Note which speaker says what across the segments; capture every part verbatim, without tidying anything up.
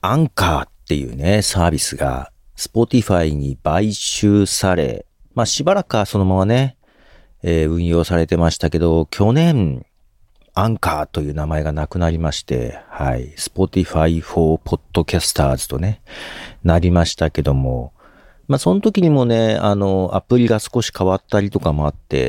Speaker 1: アンカーっていうね、サービスが Spotify に買収され、まあしばらくはそのままね、えー運用されてましたけど、去年、アンカーという名前がなくなりまして、はい、Spotify for Podcasters とね、なりましたけども、まあその時にもね、あの、アプリが少し変わったりとかもあって、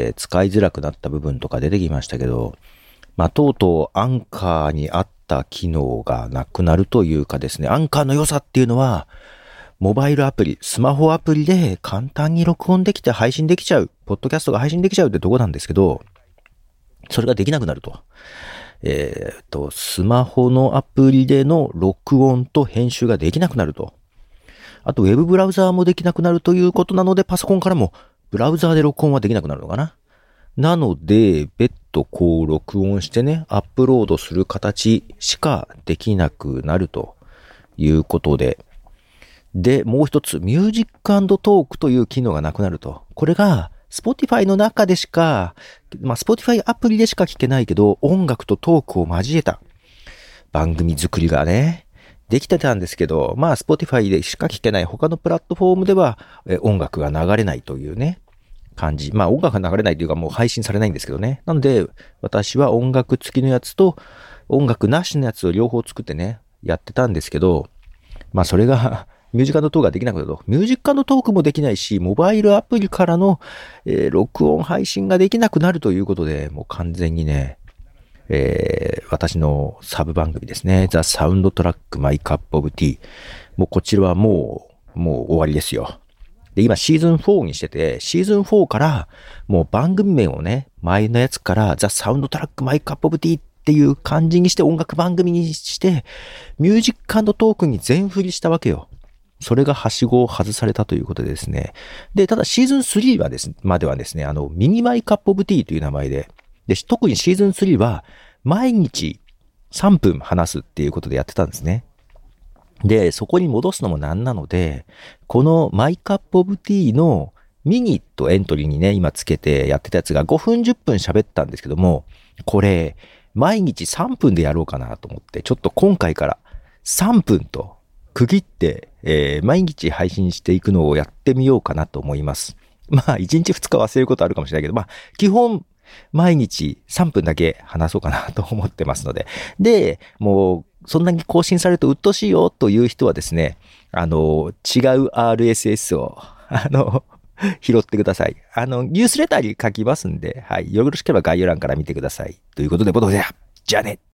Speaker 1: 使いづらくなった部分とか出てきましたけど、まあとうとうアンカーにあった機能がなくなるというかですね、アンカーの良さっていうのは、モバイルアプリ、スマホアプリで簡単に録音できて配信できちゃう、ポッドキャストが配信できちゃうってとこなんですけど、それができなくなると。えーっと、スマホのアプリでの録音と編集ができなくなると。あと、ウェブブラウザーもできなくなるということなので、パソコンからもブラウザーで録音はできなくなるのかな。なので、別途こう録音してね、アップロードする形しかできなくなるということで。で、もう一つ、ミュージック&トークという機能がなくなると。これが、Spotify の中でしか、まあ、Spotify アプリでしか聞けないけど、音楽とトークを交えた番組作りがね、できてたんですけど、まあ、Spotify でしか聞けない他のプラットフォームでは、え音楽が流れないというね、感じ。まあ、音楽が流れないというかもう配信されないんですけどね。なので、私は音楽付きのやつと、音楽なしのやつを両方作ってね、やってたんですけど、まあ、それが、ミュージック&トークができなくなると。ミュージック&トークもできないし、モバイルアプリからの、えー録音配信ができなくなるということで、もう完全にね、えー私のサブ番組ですね。ザ・サウンドトラック・マイ・カップ・オブ・ティー。もうこちらはもう、もう終わりですよ。で、今シーズンフォーにしてて、シーズンフォーからもう番組名をね、前のやつからザ・サウンドトラック・マイ・カップ・オブ・ティーっていう感じにして音楽番組にして、ミュージック&トークに全振りしたわけよ。それがはしごを外されたということでですね。で、ただシーズンスリーはですね、まではですね、あの、ミニマイカップオブティーという名前で、で、特にシーズンスリーは毎日さんぷん話すっていうことでやってたんですね。で、そこに戻すのもなんなので、このマイカップオブティーのミニとエントリーにね、今つけてやってたやつがごふんじゅっぷん喋ったんですけども、これ、毎日さんぷんでやろうかなと思って、ちょっと今回からさんぷんと区切って、えー、毎日配信していくのをやってみようかなと思います。まあ、いちにちふつか忘れることあるかもしれないけど、まあ、基本、毎日さんぷんだけ話そうかなと思ってますので。で、もう、そんなに更新されると鬱陶しいよという人はですね、あの、違う アールエスエス を、あの、拾ってください。あの、ニュースレターに書きますんで、はい。よろしければ概要欄から見てください。ということで、ボトムで、じゃあね。